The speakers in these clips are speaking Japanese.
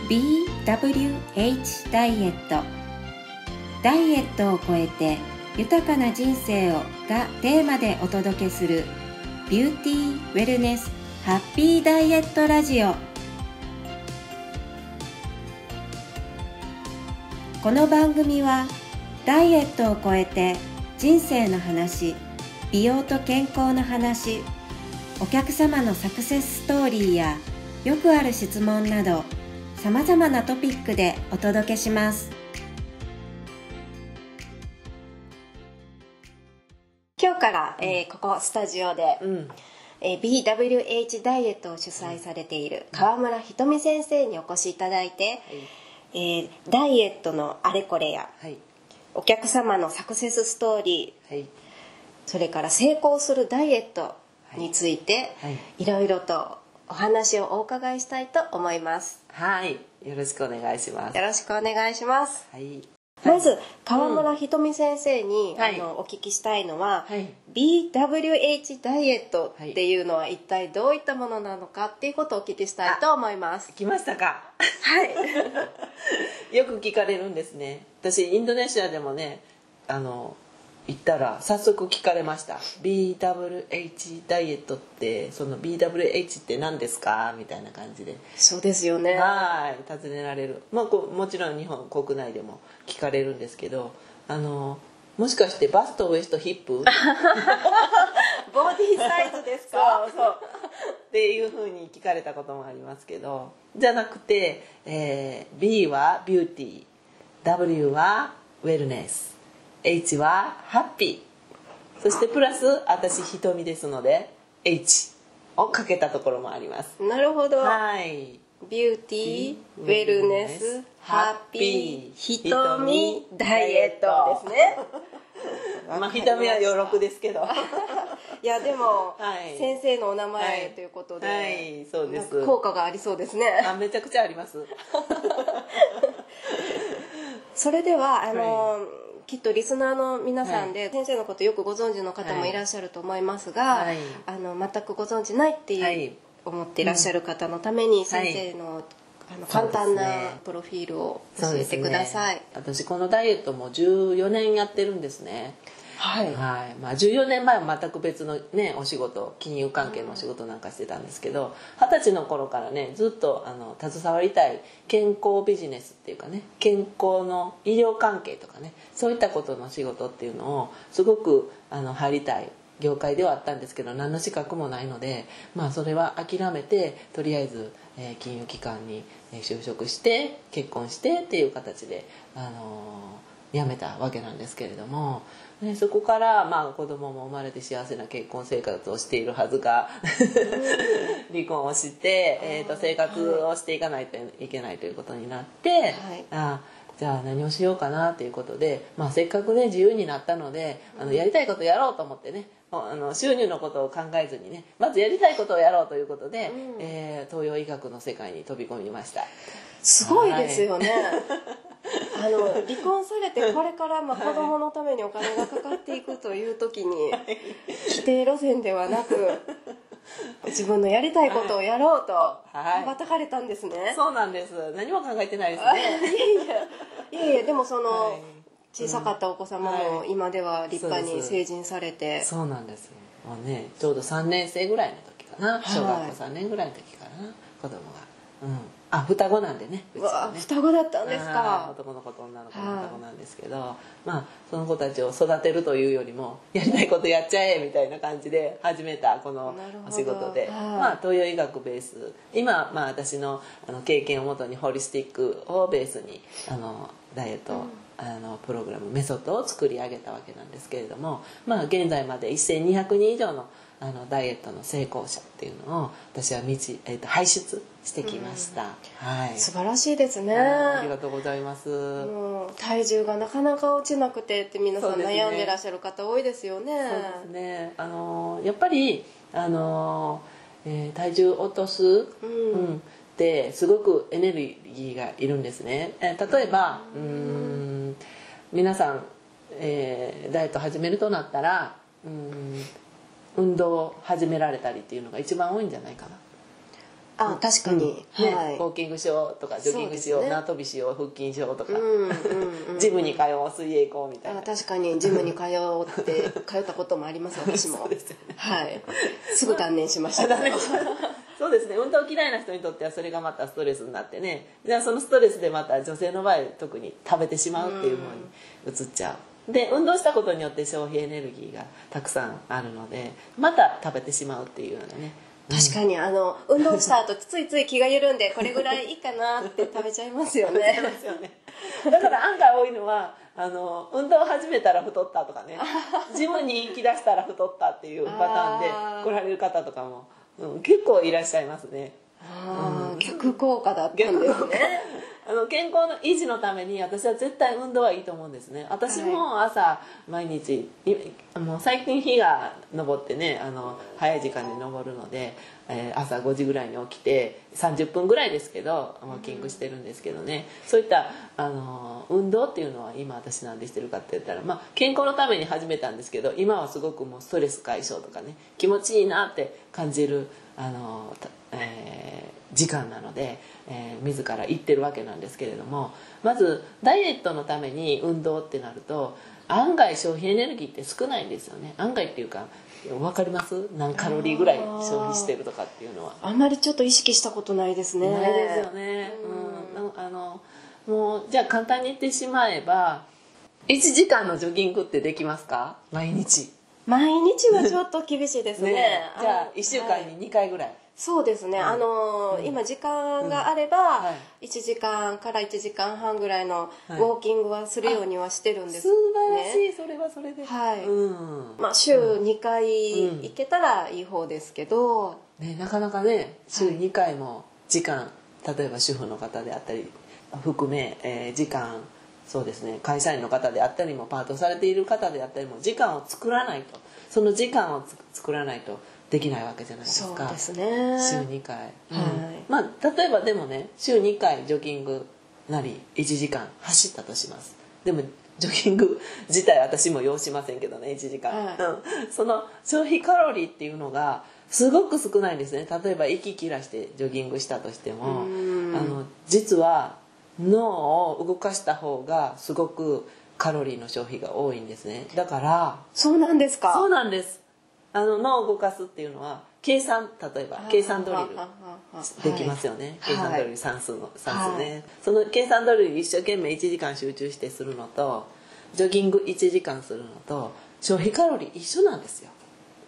BWH ダイエット。ダイエットを超えて豊かな人生をがテーマでお届けするビューティーウェルネスハッピーダイエットラジオ。この番組はダイエットを超えて人生の話、美容と健康の話、お客様のサクセスストーリーやよくある質問などさまざまなトピックでお届けします。今日から、ここスタジオで、BWH ダイエットを主催されている川村ひとみ先生にお越しいただいて、ダイエットのあれこれや、お客様のサクセスストーリー、それから成功するダイエットについて、いろいろとお話をお伺いしたいと思います。 はい、よろしくお願いします。 よろしくお願いします。まず川村ひとみ先生に、お聞きしたいのは、BWH ダイエットっていうのは一体どういったものなのかっていうことをお聞きしたいと思います。 来ましたか。 はいよく聞かれるんですね。私インドネシアでもね、行ったら早速聞かれました。 BWH ダイエットって、その BWH って何ですかみたいな感じで。 そうですよね。 尋ねられる。もちろん日本国内でも聞かれるんですけど、もしかしてバストウエストヒップボディサイズですか。 そうっていうふうに聞かれたこともありますけど、じゃなくて、B はビューティー、 W はウェルネス、H はハッピー、そしてプラス私ひとみですので H をかけたところもあります。 なるほど。ビューティー、ウェルネス、ハッピー、ひとみ、ダイエットですね。 ひとみは余力ですけどいやでも、先生のお名前ということで、 そうです。 効果がありそうですね。 めちゃくちゃありますそれではきっとリスナーの皆さんで先生のことよくご存知の方もいらっしゃると思いますが、全くご存知ないっていう、思っていらっしゃる方のために先生の、簡単なプロフィールを教えてください。 私このダイエットも14年やってるんですね。14年前は全く別のねお仕事、金融関係のお仕事なんかしてたんですけど、20歳の頃からねずっと携わりたい健康ビジネスっていうかね、健康の医療関係とかね、そういったことの仕事っていうのをすごく入りたい業界ではあったんですけど、何の資格もないので、それは諦めてとりあえず、金融機関に就職して結婚してっていう形で辞めたわけなんですけれども、そこから子供も生まれて幸せな結婚生活をしているはずが離婚をして、生活をしていかないといけないということになって、じゃあ何をしようかなということで、せっかくね自由になったのでやりたいことやろうと思ってね、収入のことを考えずにね、まずやりたいことをやろうということで、東洋医学の世界に飛び込みました。 すごいですよね。離婚されてこれから子供のためにお金がかかっていくという時に、規定路線ではなく自分のやりたいことをやろうと羽ばたかれたんですね。 そうなんです。何も考えてないですね。 いやでも小さかったお子様も今では立派に成人されて。 そうなんです。もうね、ちょうど3年生ぐらいの時かな、小学校3年ぐらいの時かな、子供が。双子なんでね、うちはね。 双子だったんですか。 男の子と女の子の双子なんですけど、その子たちを育てるというよりもやりたいことやっちゃえみたいな感じで始めたこのお仕事で、東洋医学ベース、今私の経験をもとにホリスティックをベースにダイエット、プログラムメソッドを作り上げたわけなんですけれども、現在まで1200人以上のダイエットの成功者っていうのを私は輩出してきました。 素晴らしいですね。 ありがとうございます。 体重がなかなか落ちなくてって皆さん悩んでらっしゃる方多いですよね。 そうですね。やっぱり体重落とす、ってすごくエネルギーがいるんですね。例えば皆さん、ダイエット始めるとなったら運動を始められたりっていうのが一番多いんじゃないかな。 あ、確かに、 ね、 はい、 ウォーキングしようとかジョギングしよう、縄跳びしよう、腹筋しようとか、ジムに通おう、水泳行こうみたいな。 確かにジムに通ったこともあります私も。そうですよね、はい、すぐ断念しました。 そうですね、運動嫌いな人にとってはそれがまたストレスになってね、じゃあそのストレスでまた女性の場合特に食べてしまうっていう方に移っちゃう。で運動したことによって消費エネルギーがたくさんあるのでまた食べてしまうっていうようなね。 確かに運動した後ついつい気が緩んでこれぐらいいいかなって食べちゃいますよね。 だから案外多いのは運動を始めたら太ったとかね、ジムに行き出したら太ったっていうパターンで来られる方とかも、結構いらっしゃいますね。 逆効果だったんですね。 健康の維持のために私は絶対運動はいいと思うんですね。私も朝毎日もう最近日が昇ってね早い時間に昇るので、朝5時ぐらいに起きて30分ぐらいですけどウォーキングしてるんですけどね、そういった運動っていうのは今私なんでしてるかって言ったら、健康のために始めたんですけど今はすごくもうストレス解消とかね気持ちいいなって感じる時間なので、自ら言ってるわけなんですけれども、まずダイエットのために運動ってなると案外消費エネルギーって少ないんですよね。案外っていうか分かります？何カロリーぐらい消費してるとかっていうのはあんまりちょっと意識したことないですね。 ないですよね。もうじゃあ簡単に言ってしまえば1時間のジョギングってできますか？毎日はちょっと厳しいですね。 じゃあ1週間に2回ぐらい、 そうですね、今時間があれば1時間から1時間半ぐらいのウォーキングはするようにはしてるんです、 素晴らしい。それはそれで、 週2回行けたらいい方ですけど、 なかなかね週2回も時間、例えば主婦の方であったり含め、時間、そうですね、会社員の方であったりもパートされている方であったりも時間を作らないと、その時間を作らないとできないわけじゃないですか。 そうですね、 週2回、例えばでもね週2回ジョギングなり1時間走ったとします。でもジョギング自体私も要しませんけどね1時間、その消費カロリーっていうのがすごく少ないんですね。例えば息切らしてジョギングしたとしても実は脳を動かした方がすごくカロリーの消費が多いんですね。だからそうなんですか。 そうなんです。脳を動かすっていうのは計算、例えば計算ドリルできますよね、計算ドリル、算数ね、その計算ドリル一生懸命1時間集中してするのとジョギング1時間するのと消費カロリー一緒なんですよ。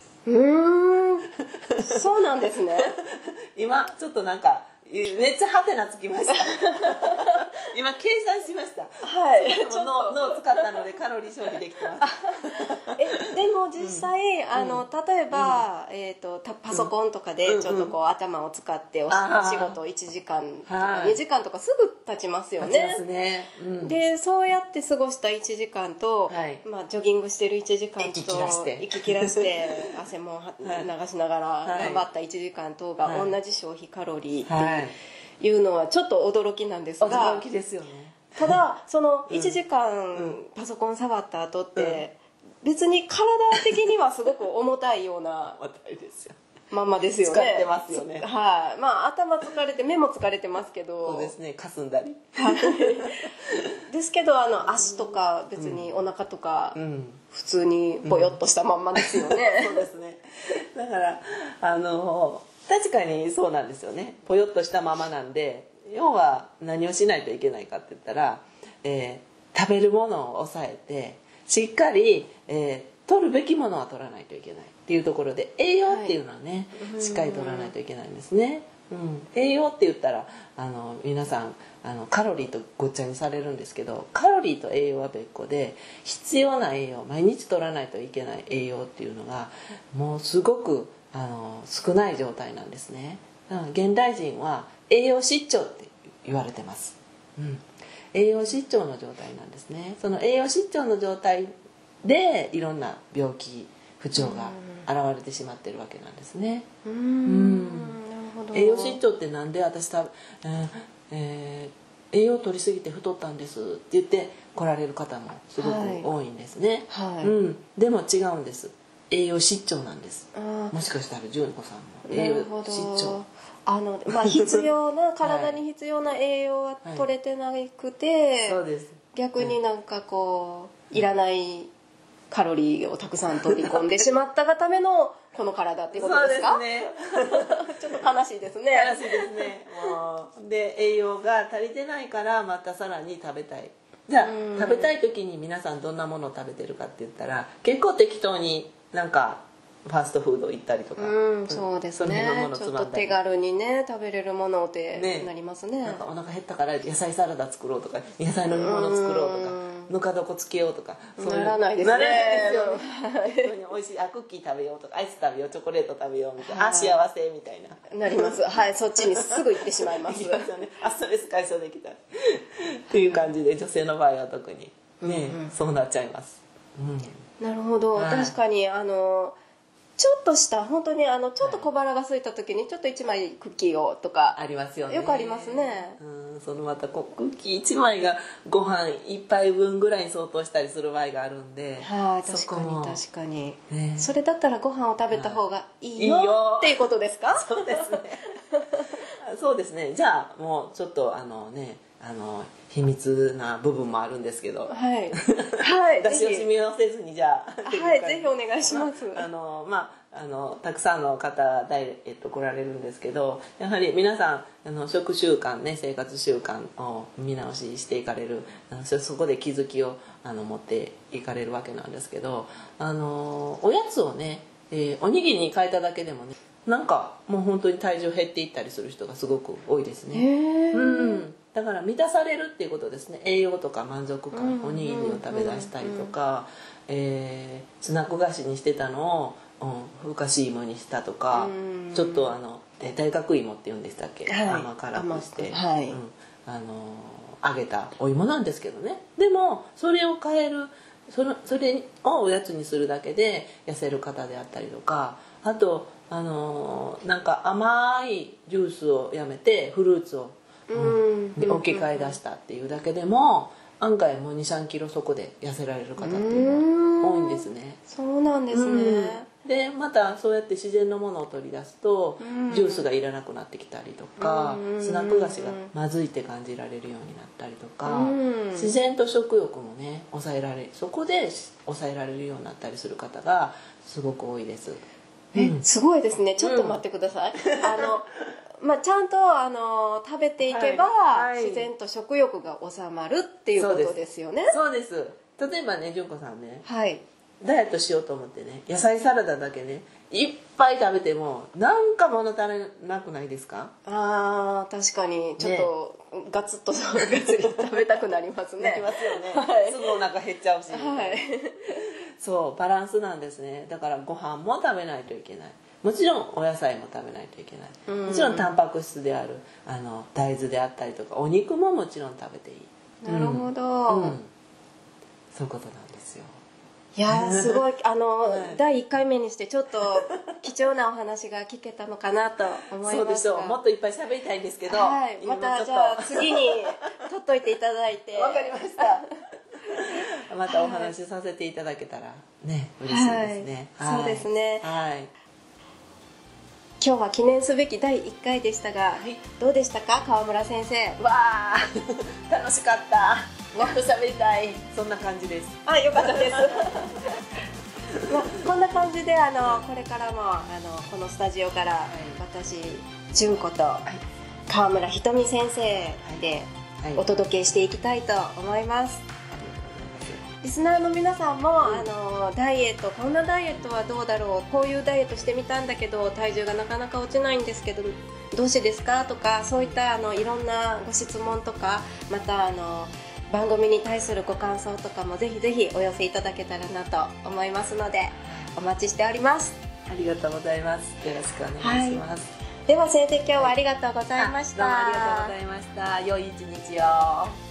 そうなんですね。 今ちょっとなんかめっちゃハテナつきました。今計算しました。 はい。 脳を使ったのでカロリー消費できてます。 でも実際、例えば、パソコンとかでちょっとこう頭を使ってお仕事1時間とか2時間とかすぐ経ちますよね。 経ちますね。 でそうやって過ごした1時間と、ジョギングしてる1時間と息切らして汗も流しながら頑張った1時間とが同じ消費カロリーっていうのはちょっと驚きなんですが、 驚きですよね。 ただその1時間パソコン触った後って別に体的にはすごく重たいようなまんまですよね。 疲れてますよね。 はい、頭疲れて目も疲れてますけど、 そうですね、かすんだりですけど足とか別にお腹とか普通にぼよっとしたまんまですよね。 そうですね。だから確かにそうなんですよね。ぽよっとしたままなんで、要は何をしないといけないかって言ったら、食べるものを抑えてしっかり、取るべきものは取らないといけないっていうところで、栄養っていうのはね、しっかり取らないといけないんですね。栄養って言ったら皆さんカロリーとごっちゃにされるんですけど、カロリーと栄養は別個で、必要な栄養、毎日取らないといけない栄養っていうのがもうすごく少ない状態なんですね。現代人は栄養失調って言われてます。栄養失調の状態なんですね。その栄養失調の状態でいろんな病気不調が現れてしまってるわけなんですね。栄養失調ってなんで私栄養取りすぎて太ったんですって言って来られる方もすごく多いんですね。でも違うんです。 栄養失調なんです。もしかしたら純子さんも栄養失調。 必要な体に必要な栄養が取れてなくて、 そうです。 逆になんかこういらないカロリーをたくさん取り込んでしまったがためのこの体っていうことですか？そうですね。ちょっと悲しいですね。 悲しいですね。で栄養が足りてないからまたさらに食べたい。じゃあ食べたい時に皆さんどんなものを食べてるかって言ったら結構適当になんかファーストフード行ったりとか、 そうですね。ちょっと手軽にね食べれるものってなりますね。 なんかお腹減ったから野菜サラダ作ろうとか野菜飲み物作ろうとかぬか床つけようとかならないですね。 ならないですよね。美味しいクッキー食べようとかアイス食べようチョコレート食べようみたいな、幸せみたいななります。はい、そっちにすぐ行ってしまいます。 ストレス解消できたっていう感じで女性の場合は特にね、そうなっちゃいます。 なるほど。確かにちょっとした本当にちょっと小腹が空いた時にちょっと1枚クッキーをとかありますよね。 よくありますね。 そのまたクッキー1枚がご飯1杯分ぐらいに相当したりする場合があるんで、 確かに確かに、それだったらご飯を食べた方がいいよっていうことですか？ そうですね。そうですね。じゃあもうちょっと秘密な部分もあるんですけど、はい出し惜しみをせずにじゃあぜひお願いします。 たくさんの方来られるんですけど、やはり皆さん食習慣ね生活習慣を見直ししていかれる、そこで気づきを持っていかれるわけなんですけど、おやつをね、おにぎりに変えただけでもねなんかもう本当に体重減っていったりする人がすごく多いですね。だから満たされるっていうことですね。栄養とか満足感、おにぎりを食べ出したりとか、スナック菓子にしてたのをふかし芋にしたとか、ちょっと大学芋っていうんでしたっけ、甘辛くして、揚げたお芋なんですけどね。でもそれを変える、それをおやつにするだけで痩せる方であったりとか、あとなんか甘いジュースをやめてフルーツを置き換え出したっていうだけでも案外もう 2,3 キロそこで痩せられる方っていうのは多いんですね。 そうなんですね。 でまたそうやって自然のものを取り出すとジュースがいらなくなってきたりとか、スナック菓子がまずいって感じられるようになったりとか、自然と食欲もねそこで抑えられるようになったりする方がすごく多いです。 すごいですね。ちょっと待ってください。ちゃんと食べていけば、自然と食欲が収まるっていうことですよね。 そうです。例えばね純子さんね、ダイエットしようと思ってね野菜サラダだけねいっぱい食べてもなんか物足りなくないですか？ 確かにちょっとガツッとガツリ食べたくなりますね。 なりますよね。すぐお腹減っちゃうし、そうバランスなんですね。だからご飯も食べないといけない。もちろんお野菜も食べないといけない。もちろんタンパク質である大豆であったりとかお肉ももちろん食べていい。 なるほど、 そういうことなんですよ。 いやすごい第1回目にしてちょっと貴重なお話が聞けたのかなと思いますが、 そうでしょう。もっといっぱい喋りたいんですけど、 またじゃあ次に取っといていただいて。 わかりました。またお話しさせていただけたらね嬉しいですね。 そうですね。今日は記念すべき第1回でしたが、どうでしたか川村先生？ わー楽しかった。もっと喋りたい。そんな感じです。 よかったです。こんな感じでこれからもこのスタジオから、私純子と川村ひとみ先生でお届けしていきたいと思います。リスナーの皆さんも、ダイエットこんなダイエットはどうだろう、こういうダイエットしてみたんだけど体重がなかなか落ちないんですけどどうしてですかとか、そういったいろんなご質問とか、また番組に対するご感想とかもぜひぜひお寄せいただけたらなと思いますのでお待ちしております。 ありがとうございます。よろしくお願いします。 では先生今日はありがとうございました。 どうもありがとうございました。良い一日を。